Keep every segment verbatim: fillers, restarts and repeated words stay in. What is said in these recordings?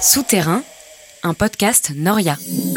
Souterrain, un podcast Noria.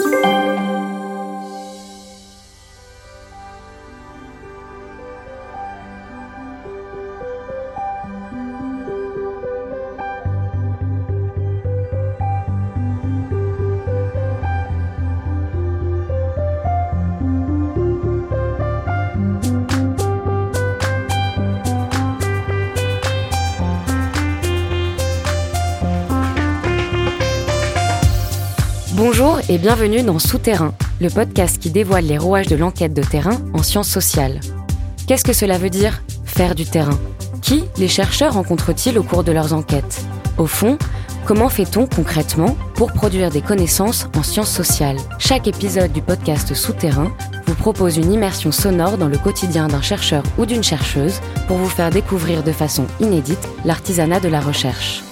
Bonjour et bienvenue dans Souterrain, le podcast qui dévoile les rouages de l'enquête de terrain en sciences sociales. Qu'est-ce que cela veut dire, faire du terrain ? Qui les chercheurs rencontrent-ils au cours de leurs enquêtes ? Au fond, comment fait-on concrètement pour produire des connaissances en sciences sociales ? Chaque épisode du podcast Souterrain vous propose une immersion sonore dans le quotidien d'un chercheur ou d'une chercheuse pour vous faire découvrir de façon inédite l'artisanat de la recherche.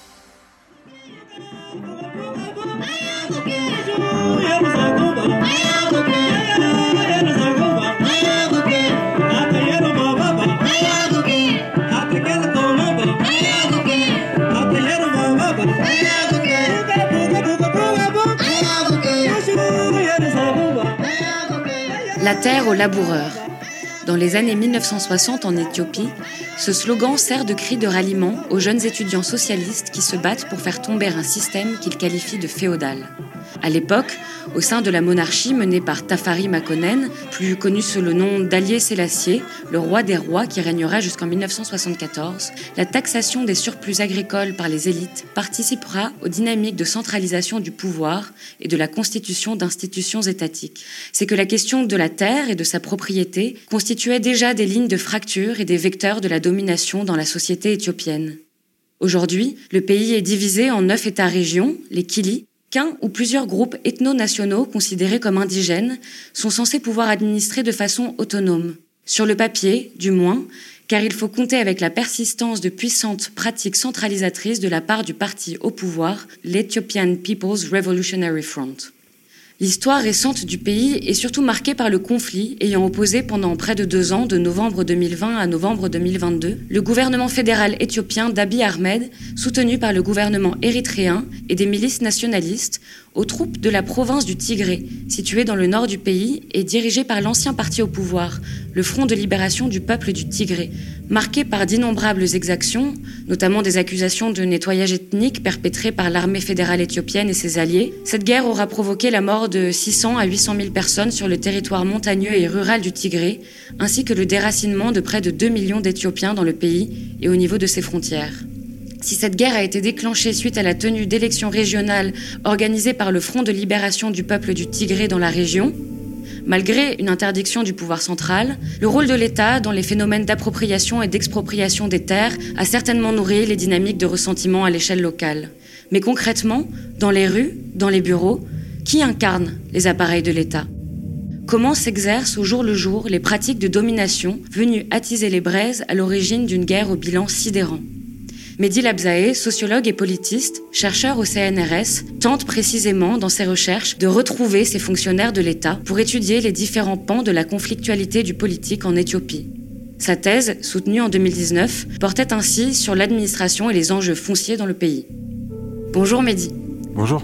La terre aux laboureurs. Dans les années mille neuf cent soixante en Éthiopie, ce slogan sert de cri de ralliement aux jeunes étudiants socialistes qui se battent pour faire tomber un système qu'ils qualifient de féodal. À l'époque, au sein de la monarchie menée par Tafari Makonnen, plus connu sous le nom d'Haïlé Sélassié, le roi des rois qui régnera jusqu'en mille neuf cent soixante-quatorze, la taxation des surplus agricoles par les élites participera aux dynamiques de centralisation du pouvoir et de la constitution d'institutions étatiques. C'est que la question de la terre et de sa propriété constituait déjà des lignes de fracture et des vecteurs de la domination dans la société éthiopienne. Aujourd'hui, le pays est divisé en neuf États-régions, les Kili, qu'un ou plusieurs groupes ethno-nationaux considérés comme indigènes sont censés pouvoir administrer de façon autonome. Sur le papier, du moins, car il faut compter avec la persistance de puissantes pratiques centralisatrices de la part du parti au pouvoir, l'Ethiopian People's Revolutionary Front. L'histoire récente du pays est surtout marquée par le conflit ayant opposé pendant près de deux ans, de novembre deux mille vingt à novembre deux mille vingt-deux, le gouvernement fédéral éthiopien d'Abiy Ahmed, soutenu par le gouvernement érythréen et des milices nationalistes, aux troupes de la province du Tigré, située dans le nord du pays et dirigée par l'ancien parti au pouvoir, le Front de libération du peuple du Tigré, marqué par d'innombrables exactions, notamment des accusations de nettoyage ethnique perpétrées par l'armée fédérale éthiopienne et ses alliés. Cette guerre aura provoqué la mort de six cents à huit cent mille personnes sur le territoire montagneux et rural du Tigré, ainsi que le déracinement de près de deux millions d'Éthiopiens dans le pays et au niveau de ses frontières. Si cette guerre a été déclenchée suite à la tenue d'élections régionales organisées par le Front de libération du peuple du Tigré dans la région, malgré une interdiction du pouvoir central, le rôle de l'État dans les phénomènes d'appropriation et d'expropriation des terres a certainement nourri les dynamiques de ressentiment à l'échelle locale. Mais concrètement, dans les rues, dans les bureaux, qui incarne les appareils de l'État ? Comment s'exercent au jour le jour les pratiques de domination venues attiser les braises à l'origine d'une guerre au bilan sidérant ? Mehdi Labzaé, sociologue et politiste, chercheur au C N R S, tente précisément dans ses recherches de retrouver ces fonctionnaires de l'État pour étudier les différents pans de la conflictualité du politique en Éthiopie. Sa thèse, soutenue en deux mille dix-neuf, portait ainsi sur l'administration et les enjeux fonciers dans le pays. Bonjour Mehdi. Bonjour.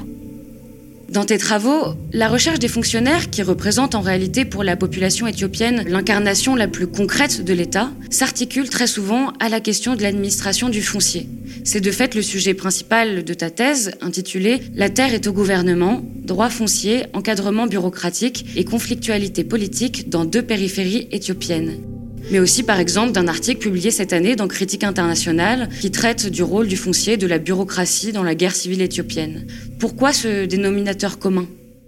Dans tes travaux, la recherche des fonctionnaires, qui représentent en réalité pour la population éthiopienne l'incarnation la plus concrète de l'État, s'articule très souvent à la question de l'administration du foncier. C'est de fait le sujet principal de ta thèse, intitulée « La terre est au gouvernement, droit foncier, encadrement bureaucratique et conflictualité politique dans deux périphéries éthiopiennes ». Mais aussi par exemple d'un article publié cette année dans Critique internationale qui traite du rôle du foncier et de la bureaucratie dans la guerre civile éthiopienne. Pourquoi ce dénominateur commun ?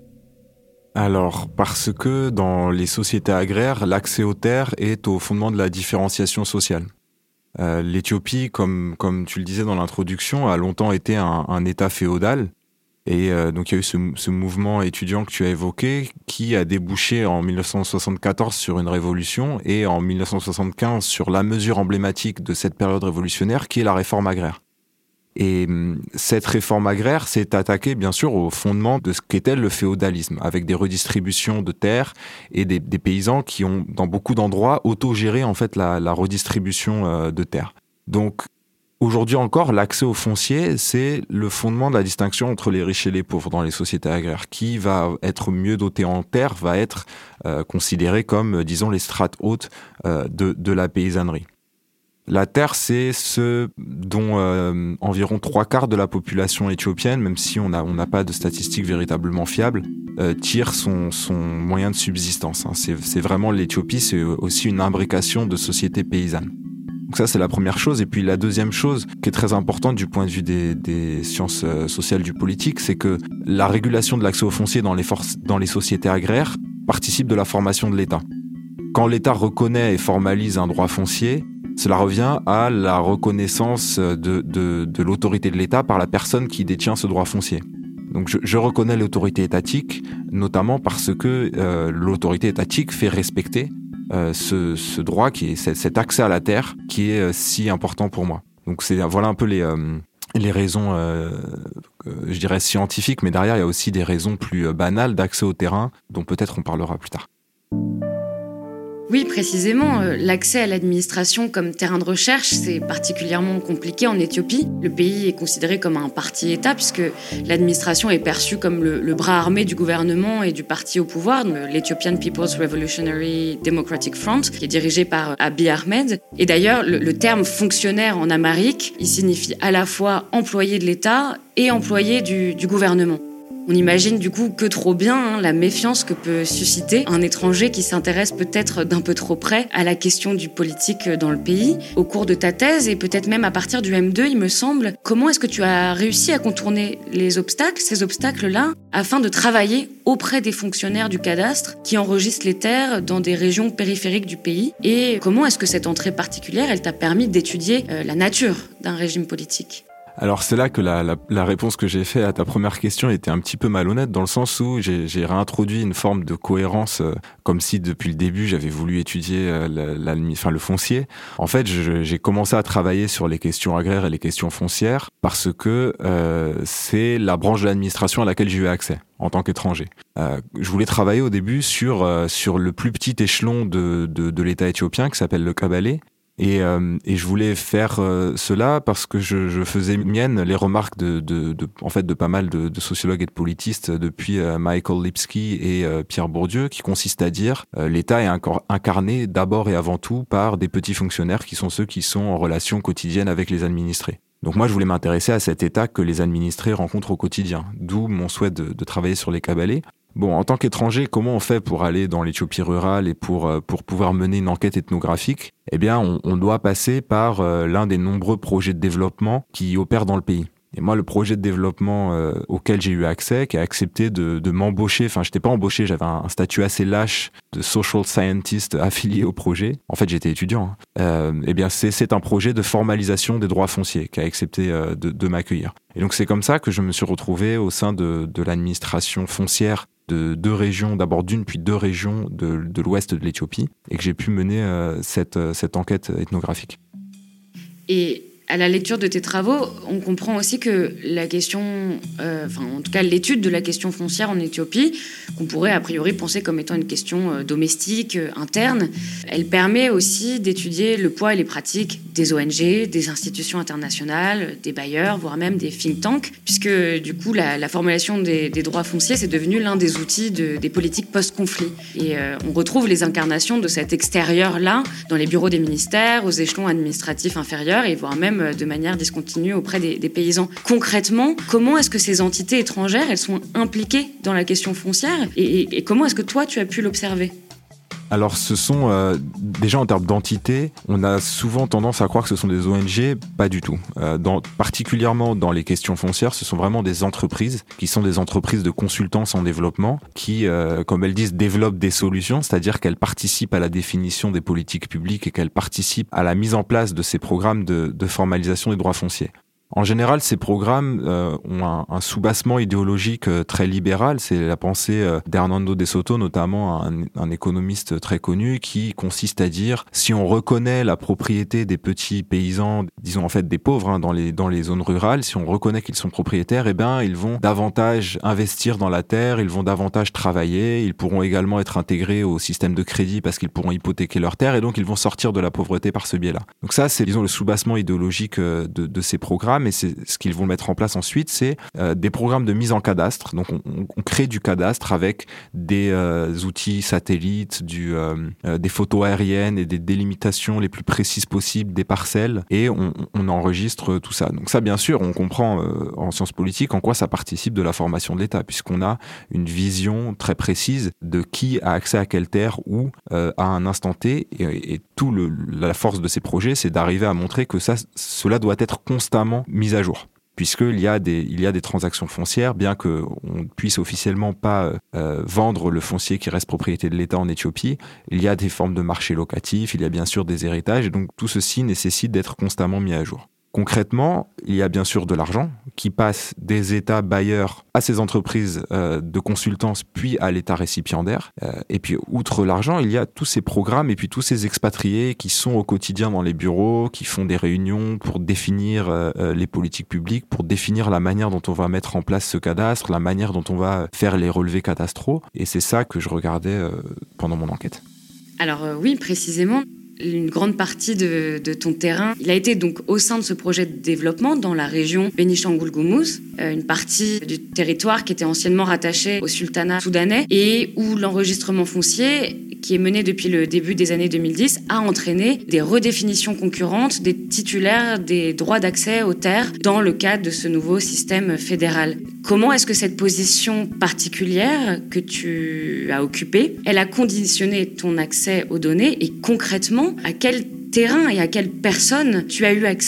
Alors, parce que dans les sociétés agraires, l'accès aux terres est au fondement de la différenciation sociale. Euh, L'Éthiopie, comme, comme tu le disais dans l'introduction, a longtemps été un, un État féodal. Et euh, donc il y a eu ce, ce mouvement étudiant que tu as évoqué qui a débouché en mille neuf cent soixante-quatorze sur une révolution et en mille neuf cent soixante-quinze sur la mesure emblématique de cette période révolutionnaire qui est la réforme agraire. Et cette réforme agraire s'est attaquée bien sûr au fondement de ce qu'était le féodalisme, avec des redistributions de terres et des, des paysans qui ont dans beaucoup d'endroits autogéré en fait la, la redistribution euh, de terres. Donc Aujourd'hui encore, l'accès au foncier, c'est le fondement de la distinction entre les riches et les pauvres dans les sociétés agraires. Qui va être mieux doté en terre va être euh, considéré comme, disons, les strates hautes euh, de, de la paysannerie. La terre, c'est ce dont euh, environ trois quarts de la population éthiopienne, même si on n'a on n'a pas de statistiques véritablement fiables, euh, tire son, son moyen de subsistance. Hein. C'est, c'est vraiment l'Éthiopie, c'est aussi une imbrication de sociétés paysannes. Donc ça, c'est la première chose. Et puis la deuxième chose, qui est très importante du point de vue des, des sciences sociales du politique, c'est que la régulation de l'accès au foncier dans les, forces, dans les sociétés agraires participe de la formation de l'État. Quand l'État reconnaît et formalise un droit foncier, cela revient à la reconnaissance de, de, de l'autorité de l'État par la personne qui détient ce droit foncier. Donc je, je reconnais l'autorité étatique, notamment parce que euh, l'autorité étatique fait respecter euh, ce, ce droit, qui est cet accès à la terre, qui est euh, si important pour moi. Donc c'est, voilà un peu les, euh, les raisons, euh, euh, je dirais scientifiques, mais derrière il y a aussi des raisons plus banales d'accès au terrain, dont peut-être on parlera plus tard. Oui, précisément, euh, l'accès à l'administration comme terrain de recherche, c'est particulièrement compliqué en Éthiopie. Le pays est considéré comme un parti-État puisque l'administration est perçue comme le, le bras armé du gouvernement et du parti au pouvoir, l'Ethiopian People's Revolutionary Democratic Front, qui est dirigé par Abiy Ahmed. Et d'ailleurs, le, le terme fonctionnaire en amharique, il signifie à la fois employé de l'État et employé du, du gouvernement. On imagine du coup que trop bien hein, la méfiance que peut susciter un étranger qui s'intéresse peut-être d'un peu trop près à la question du politique dans le pays. Au cours de ta thèse et peut-être même à partir du M deux, il me semble, comment est-ce que tu as réussi à contourner les obstacles, ces obstacles-là, afin de travailler auprès des fonctionnaires du cadastre qui enregistrent les terres dans des régions périphériques du pays? Et comment est-ce que cette entrée particulière, elle t'a permis d'étudier euh, la nature d'un régime politique? Alors c'est là que la, la, la réponse que j'ai faite à ta première question était un petit peu malhonnête, dans le sens où j'ai, j'ai réintroduit une forme de cohérence, euh, comme si depuis le début j'avais voulu étudier euh, la, la, enfin, le foncier. En fait, je, j'ai commencé à travailler sur les questions agraires et les questions foncières parce que euh, c'est la branche de l'administration à laquelle j'ai eu accès en tant qu'étranger. Euh, je voulais travailler au début sur, euh, sur le plus petit échelon de, de, de l'État éthiopien qui s'appelle le Kabalé. Et, euh, et je voulais faire euh, cela parce que je, je faisais mienne les remarques de, de, de, en fait, de pas mal de, de sociologues et de politistes depuis euh, Michael Lipsky et euh, Pierre Bourdieu, qui consiste à dire euh, l'État est incarné d'abord et avant tout par des petits fonctionnaires qui sont ceux qui sont en relation quotidienne avec les administrés. Donc moi, je voulais m'intéresser à cet État que les administrés rencontrent au quotidien, d'où mon souhait de, de travailler sur les Kabalés. Bon, en tant qu'étranger, comment on fait pour aller dans l'Éthiopie rurale et pour pour pouvoir mener une enquête ethnographique? Eh bien, on, on doit passer par euh, l'un des nombreux projets de développement qui opèrent dans le pays. Et moi, le projet de développement euh, auquel j'ai eu accès, qui a accepté de, de m'embaucher, enfin, j'étais pas embauché, j'avais un, un statut assez lâche de social scientist affilié au projet. En fait, j'étais étudiant. Hein. Euh, eh bien, c'est, c'est un projet de formalisation des droits fonciers qui a accepté euh, de, de m'accueillir. Et donc, c'est comme ça que je me suis retrouvé au sein de, de l'administration foncière de deux régions, d'abord d'une puis deux régions de, de l'ouest de l'Éthiopie, et que j'ai pu mener euh, cette, cette enquête ethnographique. Et à la lecture de tes travaux, on comprend aussi que la question, euh, enfin en tout cas l'étude de la question foncière en Éthiopie, qu'on pourrait a priori penser comme étant une question euh, domestique, euh, interne, elle permet aussi d'étudier le poids et les pratiques des O N G, des institutions internationales, des bailleurs, voire même des think tanks, puisque du coup la, la formulation des, des droits fonciers, c'est devenu l'un des outils de, des politiques post-conflit. Et euh, on retrouve les incarnations de cet extérieur-là dans les bureaux des ministères, aux échelons administratifs inférieurs, et voire même de manière discontinue auprès des, des paysans. Concrètement, comment est-ce que ces entités étrangères, elles sont impliquées dans la question foncière et, et, et comment est-ce que toi, tu as pu l'observer ? Alors, ce sont, euh, déjà en termes d'entités, on a souvent tendance à croire que ce sont des O N G, pas du tout. Euh, dans, particulièrement dans les questions foncières, ce sont vraiment des entreprises qui sont des entreprises de consultance en développement qui, euh, comme elles disent, développent des solutions, c'est-à-dire qu'elles participent à la définition des politiques publiques et qu'elles participent à la mise en place de ces programmes de, de formalisation des droits fonciers. En général, ces programmes euh, ont un, un soubassement idéologique euh, très libéral. C'est la pensée euh, d'Hernando de Soto, notamment un, un économiste très connu, qui consiste à dire si on reconnaît la propriété des petits paysans, disons en fait des pauvres hein, dans les dans les zones rurales, si on reconnaît qu'ils sont propriétaires, eh ben ils vont davantage investir dans la terre, ils vont davantage travailler, ils pourront également être intégrés au système de crédit parce qu'ils pourront hypothéquer leur terre et donc ils vont sortir de la pauvreté par ce biais-là. Donc ça, c'est disons le soubassement idéologique euh, de, de ces programmes. Mais c'est ce qu'ils vont mettre en place ensuite, c'est euh, des programmes de mise en cadastre. Donc, on, on crée du cadastre avec des euh, outils satellites, du, euh, euh, des photos aériennes et des délimitations les plus précises possibles des parcelles, et on, on enregistre tout ça. Donc ça, bien sûr, on comprend euh, en sciences politiques en quoi ça participe de la formation de l'État, puisqu'on a une vision très précise de qui a accès à quelle terre où euh, à un instant T, et, et tout le, la force de ces projets, c'est d'arriver à montrer que ça, cela doit être constamment mise à jour, puisqu'il y a des, il y a des transactions foncières, bien qu'on ne puisse officiellement pas euh, vendre le foncier qui reste propriété de l'État en Éthiopie. Il y a des formes de marché locatif, il y a bien sûr des héritages, et donc tout ceci nécessite d'être constamment mis à jour. Concrètement, il y a bien sûr de l'argent qui passe des États bailleurs à ces entreprises euh, de consultance, puis à l'État récipiendaire. Euh, et puis, outre l'argent, il y a tous ces programmes et puis tous ces expatriés qui sont au quotidien dans les bureaux, qui font des réunions pour définir euh, les politiques publiques, pour définir la manière dont on va mettre en place ce cadastre, la manière dont on va faire les relevés cadastraux. Et c'est ça que je regardais euh, pendant mon enquête. Alors euh, oui, précisément. Une grande partie de, de ton terrain, il a été donc au sein de ce projet de développement dans la région Bénichangul-Gumuz, euh, une partie du territoire qui était anciennement rattachée au sultanat soudanais et où l'enregistrement foncier, qui est mené depuis le début des années deux mille dix, a entraîné des redéfinitions concurrentes des titulaires des droits d'accès aux terres dans le cadre de ce nouveau système fédéral. Comment est-ce que cette position particulière que tu as occupée, elle a conditionné ton accès aux données et concrètement, à quel terrain et à quelle personne tu as eu accès ?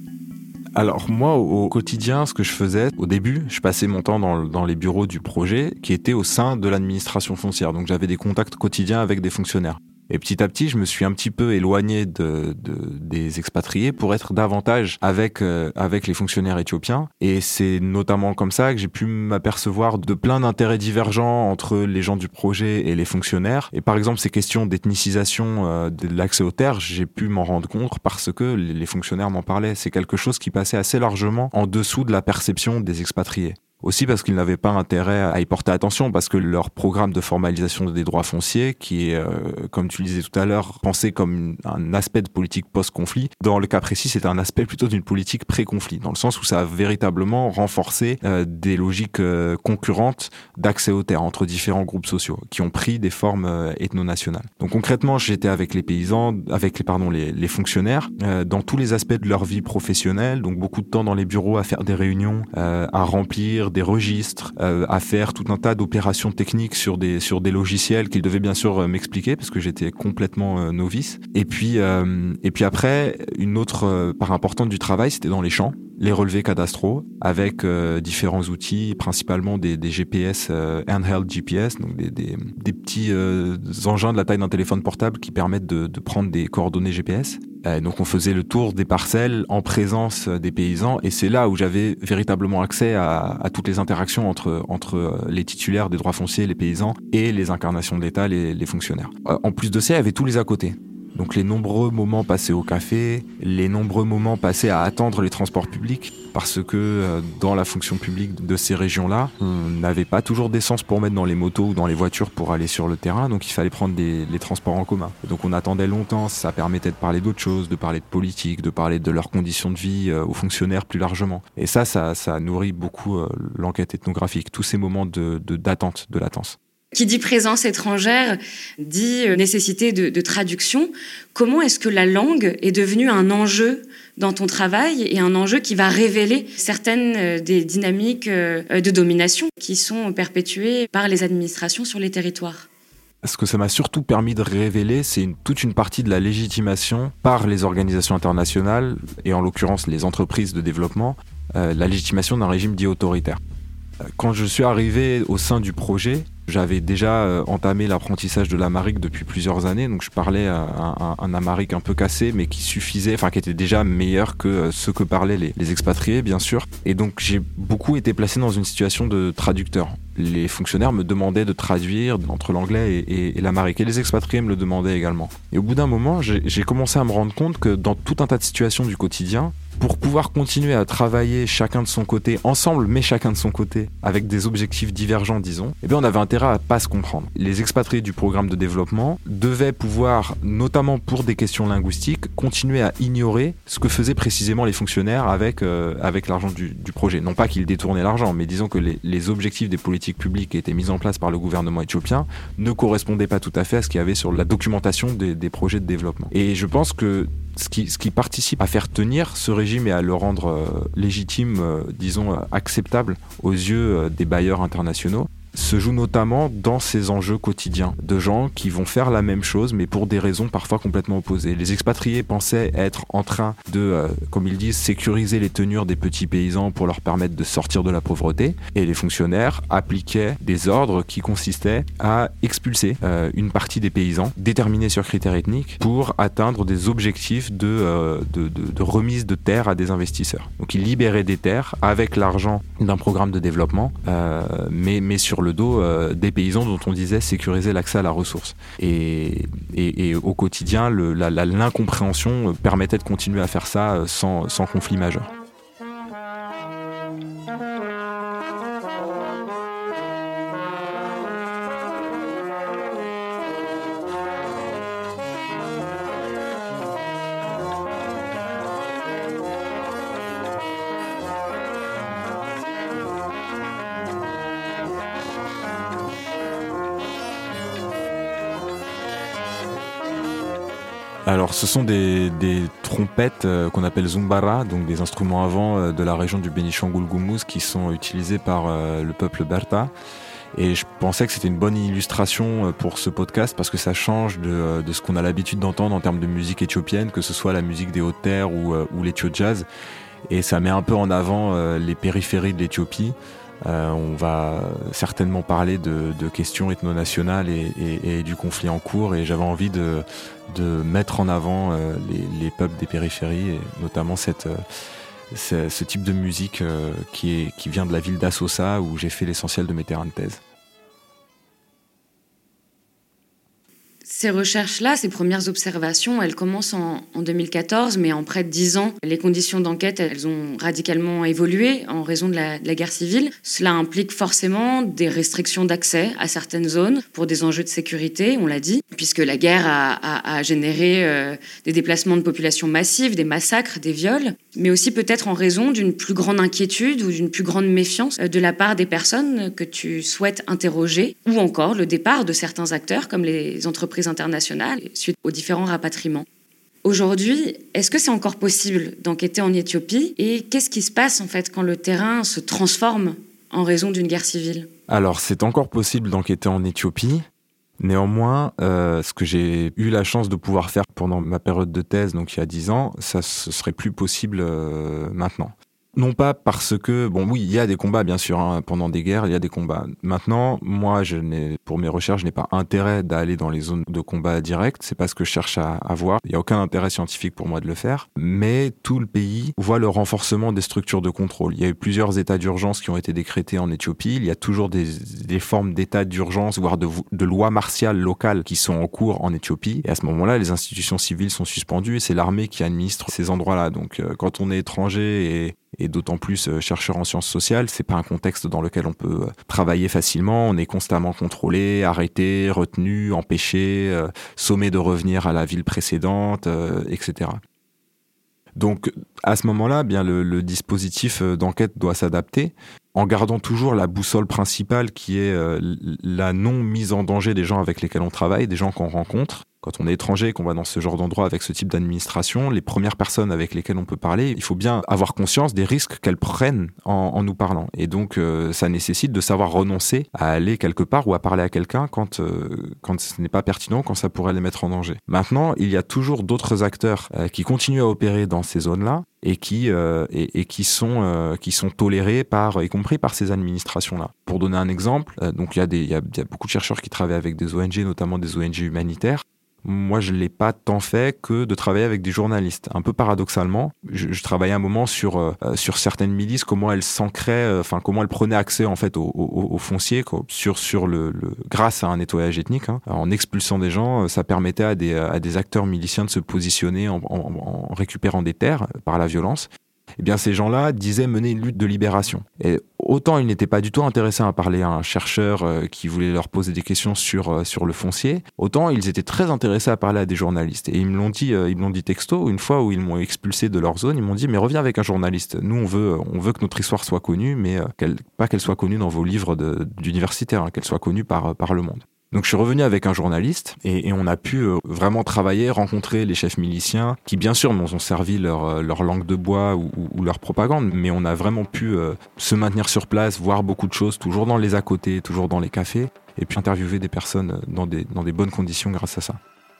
Alors moi, au quotidien, ce que je faisais, au début, je passais mon temps dans, dans les bureaux du projet qui étaient au sein de l'administration foncière. Donc j'avais des contacts quotidiens avec des fonctionnaires. Et petit à petit, je me suis un petit peu éloigné de, de, des expatriés pour être davantage avec, euh, avec les fonctionnaires éthiopiens. Et c'est notamment comme ça que j'ai pu m'apercevoir de plein d'intérêts divergents entre les gens du projet et les fonctionnaires. Et par exemple, ces questions d'ethnicisation euh, de l'accès aux terres, j'ai pu m'en rendre compte parce que les, les fonctionnaires m'en parlaient. C'est quelque chose qui passait assez largement en dessous de la perception des expatriés. Aussi parce qu'ils n'avaient pas intérêt à y porter attention, parce que leur programme de formalisation des droits fonciers, qui est, euh, comme tu le disais tout à l'heure, pensé comme un aspect de politique post-conflit, dans le cas précis, c'est un aspect plutôt d'une politique pré-conflit, dans le sens où ça a véritablement renforcé euh, des logiques euh, concurrentes d'accès aux terres entre différents groupes sociaux, qui ont pris des formes euh, ethno-nationales. Donc concrètement, j'étais avec les paysans, avec les, pardon, les, les fonctionnaires, euh, dans tous les aspects de leur vie professionnelle, donc beaucoup de temps dans les bureaux à faire des réunions, euh, à remplir des registres, euh, à faire tout un tas d'opérations techniques sur des sur des logiciels qu'ils devaient bien sûr euh, m'expliquer parce que j'étais complètement euh, novice. Et puis euh, et puis après, une autre euh, part importante du travail, c'était dans les champs, les relevés cadastraux avec euh, différents outils, principalement des, des G P S, euh, handheld G P S, donc des des, des petits euh, engins de la taille d'un téléphone portable qui permettent de, de prendre des coordonnées G P S. Euh, donc on faisait le tour des parcelles en présence des paysans et c'est là où j'avais véritablement accès à, à toutes les interactions entre, entre les titulaires des droits fonciers, les paysans et les incarnations de l'État, les, les fonctionnaires. Euh, en plus de ça, il y avait tous les à côté. Donc les nombreux moments passés au café, les nombreux moments passés à attendre les transports publics, parce que euh, dans la fonction publique de ces régions-là, on n'avait pas toujours d'essence pour mettre dans les motos ou dans les voitures pour aller sur le terrain, donc il fallait prendre des, les transports en commun. Donc on attendait longtemps, ça permettait de parler d'autres choses, de parler de politique, de parler de leurs conditions de vie euh, aux fonctionnaires plus largement. Et ça, ça, ça nourrit beaucoup euh, l'enquête ethnographique, tous ces moments de, de, d'attente, de latence. Qui dit présence étrangère, dit nécessité de, de traduction. Comment est-ce que la langue est devenue un enjeu dans ton travail et un enjeu qui va révéler certaines des dynamiques de domination qui sont perpétuées par les administrations sur les territoires ? Ce que ça m'a surtout permis de révéler, c'est une, toute une partie de la légitimation par les organisations internationales, et en l'occurrence les entreprises de développement, euh, la légitimation d'un régime dit autoritaire. Quand je suis arrivé au sein du projet, J'avais déjà euh, entamé l'apprentissage de l'amharique depuis plusieurs années, donc je parlais un, un, un amharique un peu cassé, mais qui suffisait, enfin qui était déjà meilleur que euh, ce que parlaient les, les expatriés, bien sûr. Et donc j'ai beaucoup été placé dans une situation de traducteur. Les fonctionnaires me demandaient de traduire entre l'anglais et, et, et l'amharique, et les expatriés me le demandaient également. Et au bout d'un moment, j'ai, j'ai commencé à me rendre compte que dans tout un tas de situations du quotidien, pour pouvoir continuer à travailler chacun de son côté, ensemble, mais chacun de son côté, avec des objectifs divergents, disons, eh bien, on avait intérêt à pas se comprendre. Les expatriés du programme de développement devaient pouvoir, notamment pour des questions linguistiques, continuer à ignorer ce que faisaient précisément les fonctionnaires avec, euh, avec l'argent du, du projet. Non pas qu'ils détournaient l'argent, mais disons que les, les objectifs des politiques publiques qui étaient mis en place par le gouvernement éthiopien ne correspondaient pas tout à fait à ce qu'il y avait sur la documentation des, des projets de développement. Et je pense que Ce qui, ce qui participe à faire tenir ce régime et à le rendre euh, légitime, euh, disons, euh, acceptable aux yeux euh, des bailleurs internationaux, se joue notamment dans ces enjeux quotidiens de gens qui vont faire la même chose mais pour des raisons parfois complètement opposées. Les expatriés pensaient être en train de, euh, comme ils disent, sécuriser les tenures des petits paysans pour leur permettre de sortir de la pauvreté, et les fonctionnaires appliquaient des ordres qui consistaient à expulser euh, une partie des paysans déterminés sur critères ethniques pour atteindre des objectifs de, euh, de, de, de remise de terres à des investisseurs. Donc ils libéraient des terres avec l'argent d'un programme de développement, euh, mais, mais sur le dos euh, des paysans dont on disait sécuriser l'accès à la ressource. Et, et, et au quotidien, le, la, la, l'incompréhension permettait de continuer à faire ça sans, sans conflit majeur. Alors, ce sont des, des trompettes euh, qu'on appelle zumbara, donc des instruments à vent euh, de la région du Bénichangul-Gumuz qui sont utilisés par euh, le peuple Berta. Et je pensais que c'était une bonne illustration pour ce podcast parce que ça change de, de ce qu'on a l'habitude d'entendre en termes de musique éthiopienne, que ce soit la musique des Hautes-Terres ou, ou l'éthio-jazz. Et ça met un peu en avant euh, les périphéries de l'Éthiopie. Euh, on va certainement parler de, de questions ethno-nationales et, et, et du conflit en cours, et j'avais envie de, de mettre en avant euh, les, les peuples des périphéries, et notamment cette, euh, ce, ce type de musique euh, qui, est, qui vient de la ville d'Assosa où j'ai fait l'essentiel de mes terrains de thèse. Ces recherches-là, ces premières observations, elles commencent en, en deux mille quatorze, mais en près de dix ans, les conditions d'enquête, elles ont radicalement évolué en raison de la, de la guerre civile. Cela implique forcément des restrictions d'accès à certaines zones pour des enjeux de sécurité, on l'a dit, puisque la guerre a, a, a généré euh, des déplacements de population massifs, des massacres, des viols, mais aussi peut-être en raison d'une plus grande inquiétude ou d'une plus grande méfiance de la part des personnes que tu souhaites interroger, ou encore le départ de certains acteurs comme les entreprises internationales suite aux différents rapatriements. Aujourd'hui, est-ce que c'est encore possible d'enquêter en Éthiopie, et qu'est-ce qui se passe en fait quand le terrain se transforme en raison d'une guerre civile ? Alors, c'est encore possible d'enquêter en Éthiopie. Néanmoins, euh, ce que j'ai eu la chance de pouvoir faire pendant ma période de thèse, donc il y a dix ans, ça ne serait plus possible euh, maintenant. Non pas parce que, bon oui, il y a des combats bien sûr, hein, pendant des guerres, il y a des combats. Maintenant, moi, je n'ai, pour mes recherches, je n'ai pas intérêt d'aller dans les zones de combat direct, c'est pas ce que je cherche à, à voir. Il n'y a aucun intérêt scientifique pour moi de le faire, mais tout le pays voit le renforcement des structures de contrôle. Il y a eu plusieurs états d'urgence qui ont été décrétés en Éthiopie, il y a toujours des, des formes d'états d'urgence, voire de, de lois martiales locales qui sont en cours en Éthiopie, et à ce moment-là, les institutions civiles sont suspendues et c'est l'armée qui administre ces endroits-là. Donc euh, quand on est étranger et et d'autant plus euh, chercheur en sciences sociales, c'est pas un contexte dans lequel on peut euh, travailler facilement. On est constamment contrôlé, arrêté, retenu, empêché, euh, sommé de revenir à la ville précédente, euh, et cetera. Donc, à ce moment-là, bien le, le dispositif d'enquête doit s'adapter en gardant toujours la boussole principale qui est euh, la non-mise en danger des gens avec lesquels on travaille, des gens qu'on rencontre. Quand on est étranger, qu'on va dans ce genre d'endroit avec ce type d'administration, les premières personnes avec lesquelles on peut parler, il faut bien avoir conscience des risques qu'elles prennent en, en nous parlant. Et donc, euh, ça nécessite de savoir renoncer à aller quelque part ou à parler à quelqu'un quand, euh, quand ce n'est pas pertinent, quand ça pourrait les mettre en danger. Maintenant, il y a toujours d'autres acteurs euh, qui continuent à opérer dans ces zones-là, et qui euh, et, et qui sont euh, qui sont tolérés par, y compris par ces administrations-là. Pour donner un exemple, euh, donc il y a des il y a, y a beaucoup de chercheurs qui travaillent avec des O N G, notamment des O N G humanitaires. Moi, je l'ai pas tant fait que de travailler avec des journalistes. Un peu paradoxalement, je, je travaillais un moment sur euh, sur certaines milices, comment elles s'ancraient, enfin euh, comment elles prenaient accès en fait au, au, au foncier, quoi, sur sur le, le grâce à un nettoyage ethnique, hein. En expulsant des gens, ça permettait à des à des acteurs miliciens de se positionner en, en, en récupérant des terres par la violence. Eh bien, ces gens-là disaient mener une lutte de libération. Et autant ils n'étaient pas du tout intéressés à parler à un chercheur euh, qui voulait leur poser des questions sur euh, sur le foncier, autant ils étaient très intéressés à parler à des journalistes. Et ils me l'ont dit, euh, ils me l'ont dit texto, une fois où ils m'ont expulsé de leur zone, ils m'ont dit mais reviens avec un journaliste. Nous on veut on veut que notre histoire soit connue, mais euh, qu'elle, pas qu'elle soit connue dans vos livres de, d'universitaires, hein, qu'elle soit connue par par le monde. Donc je suis revenu avec un journaliste et, et on a pu euh, vraiment travailler, rencontrer les chefs miliciens qui bien sûr nous ont servi leur, leur langue de bois ou, ou, ou leur propagande, mais on a vraiment pu euh, se maintenir sur place, voir beaucoup de choses, toujours dans les à côté, toujours dans les cafés, et puis interviewer des personnes dans des, dans des bonnes conditions grâce à ça.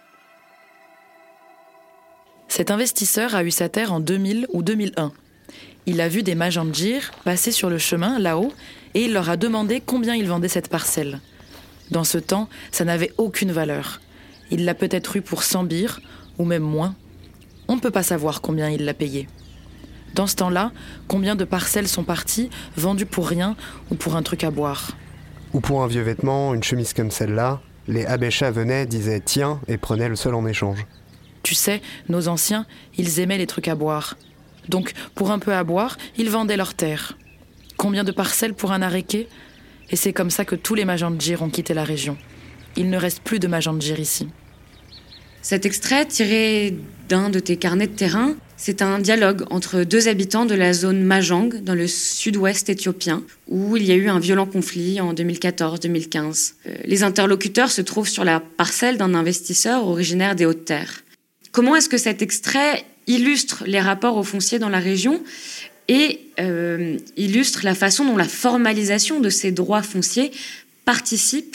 Cet investisseur a eu sa terre en deux mille ou deux mille un. Il a vu des Majandjir passer sur le chemin là-haut et il leur a demandé combien ils vendaient cette parcelle. Dans ce temps, ça n'avait aucune valeur. Il l'a peut-être eu pour cent birs, ou même moins. On ne peut pas savoir combien il l'a payé. Dans ce temps-là, combien de parcelles sont parties, vendues pour rien ou pour un truc à boire. Ou pour un vieux vêtement, une chemise comme celle-là, les Habesha venaient, disaient « tiens » et prenaient le seul en échange. Tu sais, nos anciens, ils aimaient les trucs à boire. Donc, pour un peu à boire, ils vendaient leurs terres. Combien de parcelles pour un aréké ? Et c'est comme ça que tous les Majandjir ont quitté la région. Il ne reste plus de Majandjir ici. Cet extrait, tiré d'un de tes carnets de terrain, c'est un dialogue entre deux habitants de la zone Majang, dans le sud-ouest éthiopien, où il y a eu un violent conflit en deux mille quatorze deux mille quinze. Les interlocuteurs se trouvent sur la parcelle d'un investisseur originaire des Hautes-Terres. Comment est-ce que cet extrait illustre les rapports au foncier dans la région et euh, illustre la façon dont la formalisation de ces droits fonciers participe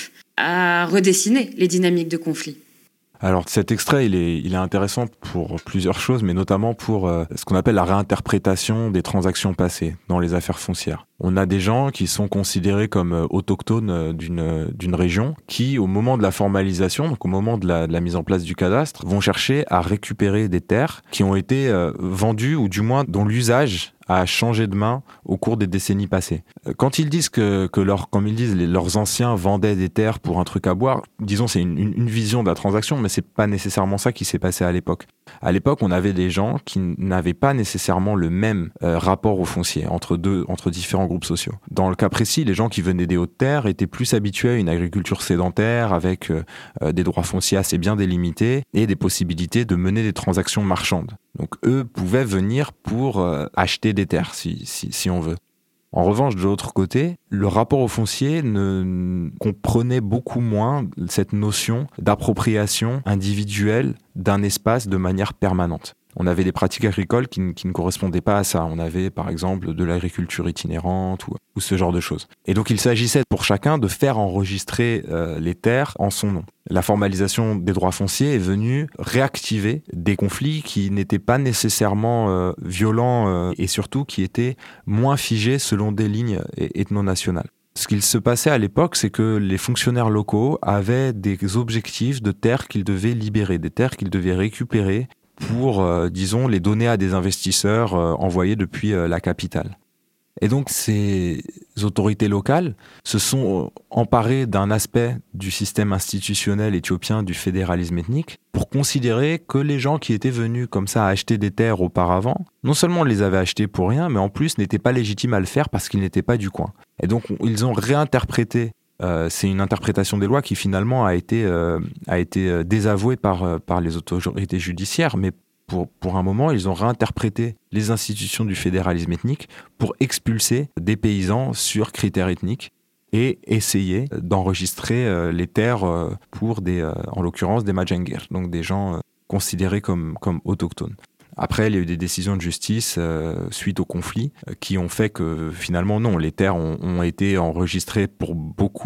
à redessiner les dynamiques de conflit? Alors cet extrait, il est, il est intéressant pour plusieurs choses, mais notamment pour euh, ce qu'on appelle la réinterprétation des transactions passées dans les affaires foncières. On a des gens qui sont considérés comme euh, autochtones euh, d'une, euh, d'une région qui, au moment de la formalisation, donc au moment de la, de la mise en place du cadastre, vont chercher à récupérer des terres qui ont été euh, vendues ou du moins dont l'usage a changé de main au cours des décennies passées. Quand ils disent que, que leur, comme ils disent, les, leurs anciens vendaient des terres pour un truc à boire, disons c'est une, une, une vision de la transaction, mais c'est pas nécessairement ça qui s'est passé à l'époque. À l'époque, on avait des gens qui n'avaient pas nécessairement le même euh, rapport au foncier entre deux, entre différents groupes sociaux. Dans le cas précis, les gens qui venaient des hautes terres étaient plus habitués à une agriculture sédentaire avec euh, des droits fonciers assez bien délimités et des possibilités de mener des transactions marchandes. Donc eux pouvaient venir pour euh, acheter des terres, si, si, si on veut. En revanche, de l'autre côté, le rapport au foncier ne comprenait beaucoup moins cette notion d'appropriation individuelle d'un espace de manière permanente. On avait des pratiques agricoles qui, qui ne correspondaient pas à ça. On avait, par exemple, de l'agriculture itinérante ou, ou ce genre de choses. Et donc, il s'agissait pour chacun de faire enregistrer euh, les terres en son nom. La formalisation des droits fonciers est venue réactiver des conflits qui n'étaient pas nécessairement euh, violents euh, et surtout qui étaient moins figés selon des lignes ethno-nationales. Ce qu'il se passait à l'époque, c'est que les fonctionnaires locaux avaient des objectifs de terres qu'ils devaient libérer, des terres qu'ils devaient récupérer pour, euh, disons, les donner à des investisseurs euh, envoyés depuis euh, la capitale. Et donc, ces autorités locales se sont emparées d'un aspect du système institutionnel éthiopien du fédéralisme ethnique pour considérer que les gens qui étaient venus comme ça acheter des terres auparavant, non seulement les avaient achetées pour rien, mais en plus n'étaient pas légitimes à le faire parce qu'ils n'étaient pas du coin. Et donc, ils ont réinterprété. Euh, c'est une interprétation des lois qui finalement a été, euh, a été désavouée par, euh, par les autorités judiciaires, mais pour, pour un moment, ils ont réinterprété les institutions du fédéralisme ethnique pour expulser des paysans sur critères ethniques et essayer d'enregistrer euh, les terres euh, pour, des, euh, en l'occurrence, des Majangir, donc des gens euh, considérés comme, comme autochtones. Après, il y a eu des décisions de justice euh, suite au conflit euh, qui ont fait que finalement, non, les terres ont, ont été enregistrées pour beaucoup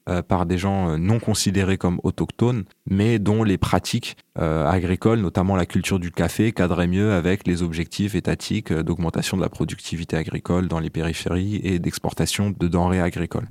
euh, par des gens euh, non considérés comme autochtones, mais dont les pratiques euh, agricoles, notamment la culture du café, cadraient mieux avec les objectifs étatiques euh, d'augmentation de la productivité agricole dans les périphéries et d'exportation de denrées agricoles.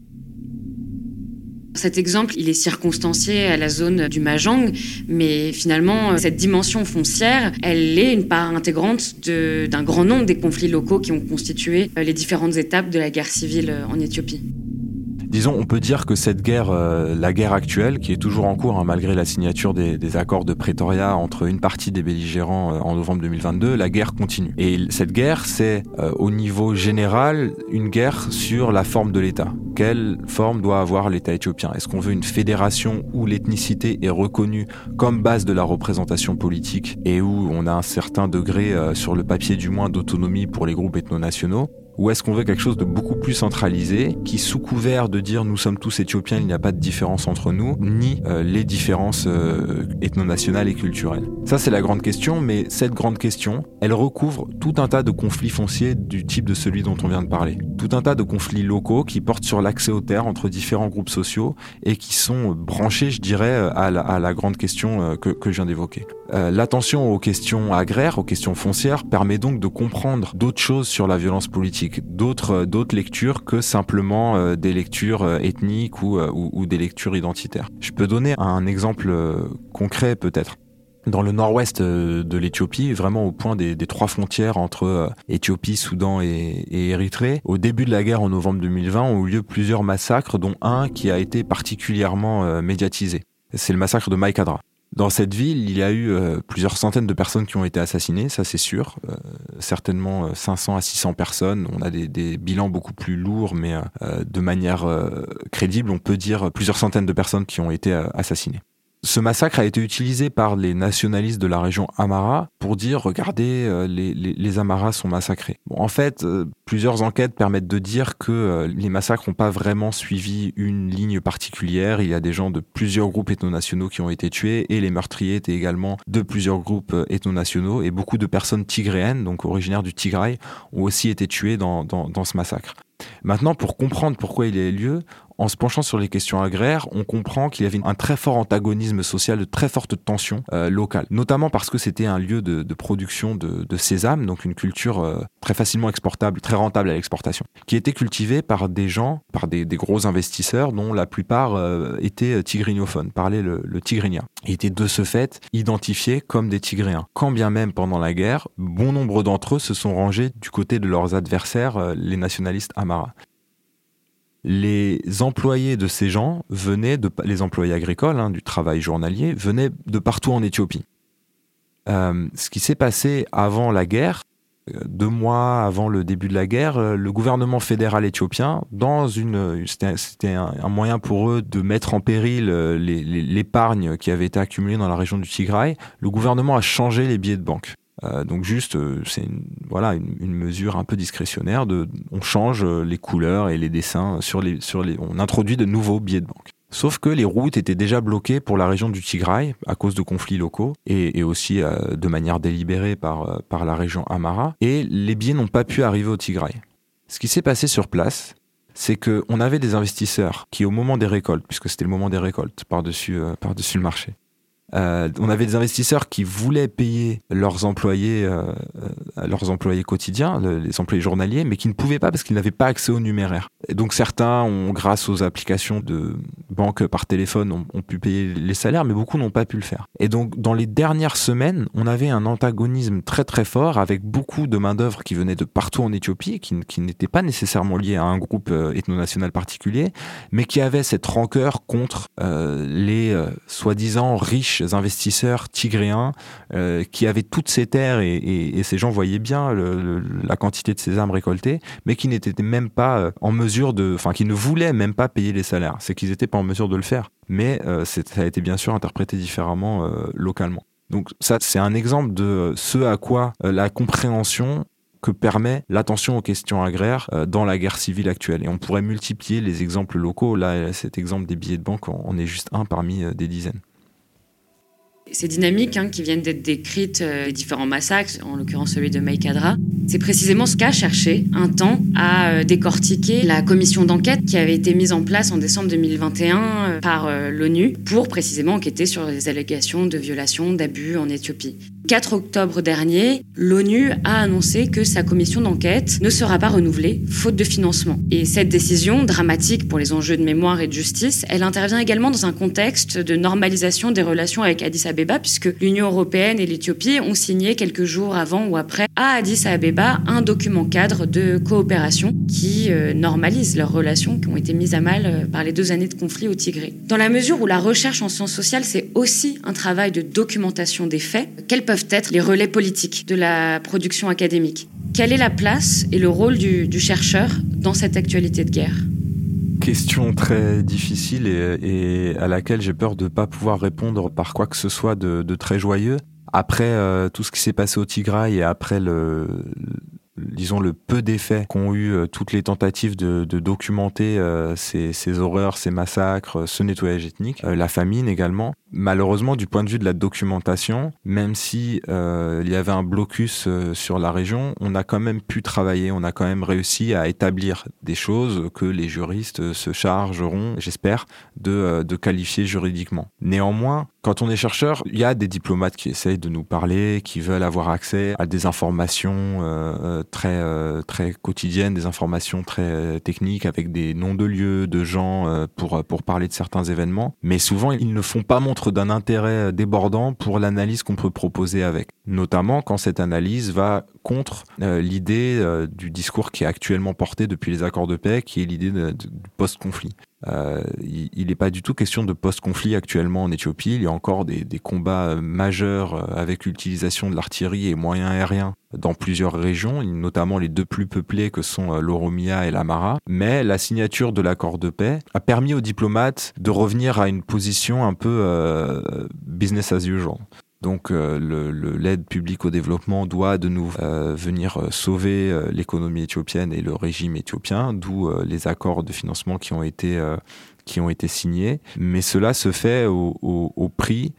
Cet exemple, il est circonstancié à la zone du Mahjong, mais finalement, cette dimension foncière, elle est une part intégrante de, d'un grand nombre des conflits locaux qui ont constitué les différentes étapes de la guerre civile en Éthiopie. Disons, on peut dire que cette guerre, euh, la guerre actuelle, qui est toujours en cours, hein, malgré la signature des, des accords de Pretoria entre une partie des belligérants euh, en novembre deux mille vingt-deux, la guerre continue. Et cette guerre, c'est euh, au niveau général une guerre sur la forme de l'État. Quelle forme doit avoir l'État éthiopien ? Est-ce qu'on veut une fédération où l'ethnicité est reconnue comme base de la représentation politique et où on a un certain degré, euh, sur le papier du moins, d'autonomie pour les groupes ethno-nationaux ? Ou est-ce qu'on veut quelque chose de beaucoup plus centralisé, qui, sous couvert de dire nous sommes tous éthiopiens, il n'y a pas de différence entre nous, nie euh, les différences euh, ethno-nationales et culturelles. Ça, c'est la grande question, mais cette grande question, elle recouvre tout un tas de conflits fonciers du type de celui dont on vient de parler. Tout un tas de conflits locaux qui portent sur l'accès aux terres entre différents groupes sociaux et qui sont branchés, je dirais, à la, à la grande question que, que je viens d'évoquer. Euh, l'attention aux questions agraires, aux questions foncières, permet donc de comprendre d'autres choses sur la violence politique, d'autres, d'autres lectures que simplement euh, des lectures euh, ethniques ou, euh, ou, ou des lectures identitaires. Je peux donner un exemple euh, concret peut-être. Dans le nord-ouest de l'Éthiopie, vraiment au point des, des trois frontières entre euh, Éthiopie, Soudan et, et Érythrée, au début de la guerre en novembre deux mille vingt, ont eu lieu plusieurs massacres, dont un qui a été particulièrement euh, médiatisé. C'est le massacre de Maïkadra. Dans cette ville, il y a eu euh, plusieurs centaines de personnes qui ont été assassinées, ça c'est sûr. Euh, certainement euh, cinq cents à six cents personnes. On a des, des bilans beaucoup plus lourds, mais euh, de manière euh, crédible, on peut dire plusieurs centaines de personnes qui ont été euh, assassinées. Ce massacre a été utilisé par les nationalistes de la région Amhara pour dire « Regardez, euh, les, les, les Amharas sont massacrés ». Bon, en fait, euh, plusieurs enquêtes permettent de dire que euh, les massacres n'ont pas vraiment suivi une ligne particulière. Il y a des gens de plusieurs groupes ethno-nationaux qui ont été tués et les meurtriers étaient également de plusieurs groupes euh, ethno-nationaux et beaucoup de personnes tigréennes, donc originaires du Tigray, ont aussi été tuées dans, dans, dans ce massacre. Maintenant, pour comprendre pourquoi il a eu lieu, en se penchant sur les questions agraires, on comprend qu'il y avait un très fort antagonisme social, de très fortes tensions euh, locales, notamment parce que c'était un lieu de, de production de, de sésame, donc une culture euh, très facilement exportable, très rentable à l'exportation, qui était cultivée par des gens, par des, des gros investisseurs dont la plupart euh, étaient tigrinophones, parlaient le, le tigrinya, et étaient de ce fait identifiés comme des Tigréens. Quand bien même pendant la guerre, bon nombre d'entre eux se sont rangés du côté de leurs adversaires, euh, les nationalistes Amhara. Les employés de ces gens venaient, de, les employés agricoles, hein, du travail journalier, venaient de partout en Éthiopie. Euh, ce qui s'est passé avant la guerre, deux mois avant le début de la guerre, le gouvernement fédéral éthiopien, dans une, c'était, c'était un, un moyen pour eux de mettre en péril les, les, l'épargne qui avait été accumulée dans la région du Tigray, le gouvernement a changé les billets de banque. Euh, donc juste, euh, c'est une, voilà, une, une mesure un peu discrétionnaire. De, on change les couleurs et les dessins sur les, sur les, on introduit de nouveaux billets de banque. Sauf que les routes étaient déjà bloquées pour la région du Tigray à cause de conflits locaux et, et aussi euh, de manière délibérée par, euh, par la région Amhara. Et les billets n'ont pas pu arriver au Tigray. Ce qui s'est passé sur place, c'est qu'on avait des investisseurs qui, au moment des récoltes, puisque c'était le moment des récoltes par-dessus, euh, par-dessus le marché, Euh, on avait des investisseurs qui voulaient payer leurs employés, euh, leurs employés quotidiens, le, les employés journaliers, mais qui ne pouvaient pas parce qu'ils n'avaient pas accès au numéraire. Et donc certains ont, grâce aux applications de banque par téléphone, ont, ont pu payer les salaires, mais beaucoup n'ont pas pu le faire. Et donc dans les dernières semaines, on avait un antagonisme très très fort avec beaucoup de main-d'œuvre qui venait de partout en Éthiopie, qui, qui n'était pas nécessairement lié à un groupe euh, ethno-national particulier, mais qui avait cette rancœur contre euh, les euh, soi-disant riches investisseurs tigréens euh, qui avaient toutes ces terres et, et, et ces gens voyaient bien le, le, la quantité de sésame récoltée, mais qui n'étaient même pas en mesure de, enfin qui ne voulaient même pas payer les salaires. C'est qu'ils n'étaient pas en mesure de le faire, mais euh, c'est, ça a été bien sûr interprété différemment euh, localement. Donc ça, c'est un exemple de ce à quoi euh, la compréhension que permet l'attention aux questions agraires euh, dans la guerre civile actuelle. Et on pourrait multiplier les exemples locaux. Là, cet exemple des billets de banque en est juste un parmi euh, des dizaines. Ces dynamiques hein, qui viennent d'être décrites, euh, les différents massacres, en l'occurrence celui de Maïkadra, C'est précisément ce qu'a cherché un temps à décortiquer la commission d'enquête qui avait été mise en place en décembre deux mille vingt et un par l'ONU pour précisément enquêter sur les allégations de violations, d'abus en Éthiopie. quatre octobre dernier, l'ONU a annoncé que sa commission d'enquête ne sera pas renouvelée, faute de financement. Et cette décision, dramatique pour les enjeux de mémoire et de justice, elle intervient également dans un contexte de normalisation des relations avec Addis Abeba, puisque l'Union européenne et l'Éthiopie ont signé quelques jours avant ou après à Addis Abeba un document cadre de coopération qui euh, normalise leurs relations qui ont été mises à mal euh, par les deux années de conflit au Tigré. Dans la mesure où la recherche en sciences sociales, c'est aussi un travail de documentation des faits, quelles peuvent être les relais politiques de la production académique? Quelle est la place et le rôle du, du chercheur dans cette actualité de guerre? Question très difficile et, et à laquelle j'ai peur de ne pas pouvoir répondre par quoi que ce soit de, de très joyeux. Après euh, tout ce qui s'est passé au Tigray et après le... disons le peu d'effets qu'ont eu euh, toutes les tentatives de, de documenter euh, ces, ces horreurs, ces massacres, ce nettoyage ethnique, euh, la famine également. Malheureusement, du point de vue de la documentation, même si euh, il y avait un blocus euh, sur la région, on a quand même pu travailler, on a quand même réussi à établir des choses que les juristes se chargeront, j'espère, de, euh, de qualifier juridiquement. Néanmoins, quand on est chercheur, il y a des diplomates qui essayent de nous parler, qui veulent avoir accès à des informations euh, très euh, très quotidiennes, des informations très euh, techniques avec des noms de lieux, de gens euh, pour pour parler de certains événements. Mais souvent, ils ne font pas montre d'un intérêt débordant pour l'analyse qu'on peut proposer avec. Notamment quand cette analyse va contre euh, l'idée euh, du discours qui est actuellement porté depuis les accords de paix, qui est l'idée de, de, du post-conflit. Euh, il n'est pas du tout question de post-conflit actuellement en Éthiopie. Il y a encore des, des combats majeurs avec l'utilisation de l'artillerie et moyens aériens dans plusieurs régions, notamment les deux plus peuplées que sont l'Oromia et l'Amhara. Mais la signature de l'accord de paix a permis aux diplomates de revenir à une position un peu euh, business as usual. Donc euh, le, le, l'aide publique au développement doit de nouveau euh, venir euh, sauver euh, l'économie éthiopienne et le régime éthiopien, d'où euh, les accords de financement qui ont été, euh, qui ont été signés. Mais cela se fait au, au, au prix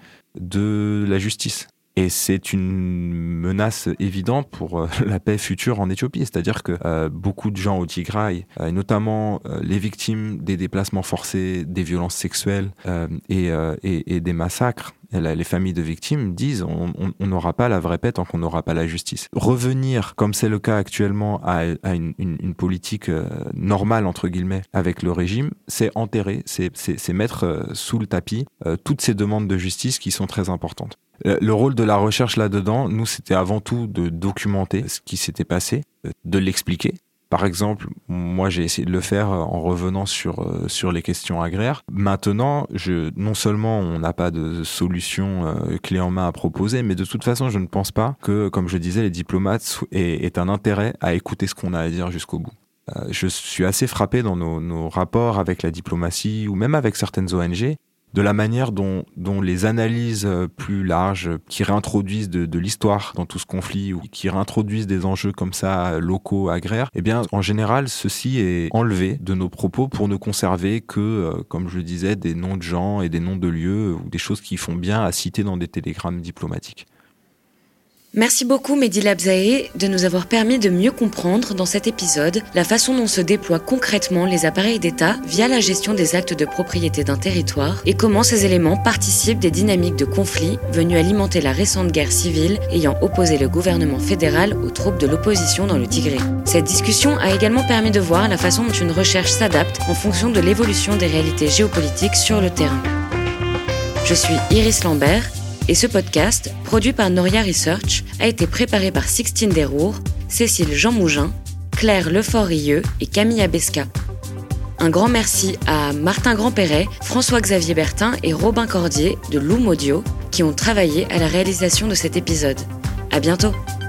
de la justice. Et c'est une menace évidente pour euh, la paix future en Éthiopie. C'est-à-dire que euh, beaucoup de gens au Tigray, euh, notamment euh, les victimes des déplacements forcés, des violences sexuelles euh, et, euh, et, et des massacres, les familles de victimes disent on n'aura pas la vraie paix tant qu'on n'aura pas la justice. Revenir, comme c'est le cas actuellement, à, à une, une, une politique euh, normale, entre guillemets, avec le régime, c'est enterrer, c'est, c'est, c'est mettre euh, sous le tapis euh, toutes ces demandes de justice qui sont très importantes. Euh, le rôle de la recherche là-dedans, nous, c'était avant tout de documenter ce qui s'était passé, de l'expliquer. Par exemple, moi j'ai essayé de le faire en revenant sur euh, sur les questions agraires. Maintenant, je, non seulement on n'a pas de solution euh, clé en main à proposer, mais de toute façon, je ne pense pas que, comme je disais, les diplomates aient, aient un intérêt à écouter ce qu'on a à dire jusqu'au bout. Euh, je suis assez frappé dans nos, nos rapports avec la diplomatie ou même avec certaines O N G de la manière dont, dont les analyses plus larges, qui réintroduisent de, de l'histoire dans tout ce conflit, ou qui réintroduisent des enjeux comme ça, locaux, agraires, eh bien, en général, ceci est enlevé de nos propos pour ne conserver que, euh, comme je le disais, des noms de gens et des noms de lieux, ou des choses qui font bien à citer dans des télégrammes diplomatiques. Merci beaucoup Mehdi Labzaé de nous avoir permis de mieux comprendre dans cet épisode la façon dont se déploient concrètement les appareils d'État via la gestion des actes de propriété d'un territoire et comment ces éléments participent des dynamiques de conflit venues alimenter la récente guerre civile ayant opposé le gouvernement fédéral aux troupes de l'opposition dans le Tigré. Cette discussion a également permis de voir la façon dont une recherche s'adapte en fonction de l'évolution des réalités géopolitiques sur le terrain. Je suis Iris Lambert. Et ce podcast, produit par Noria Research, a été préparé par Sixtine Desrours, Cécile Jean Mougin, Claire Lefort-Rieux et Camille Abesca. Un grand merci à Martin Grandperret, François-Xavier Bertin et Robin Cordier de Loom Audio qui ont travaillé à la réalisation de cet épisode. À bientôt!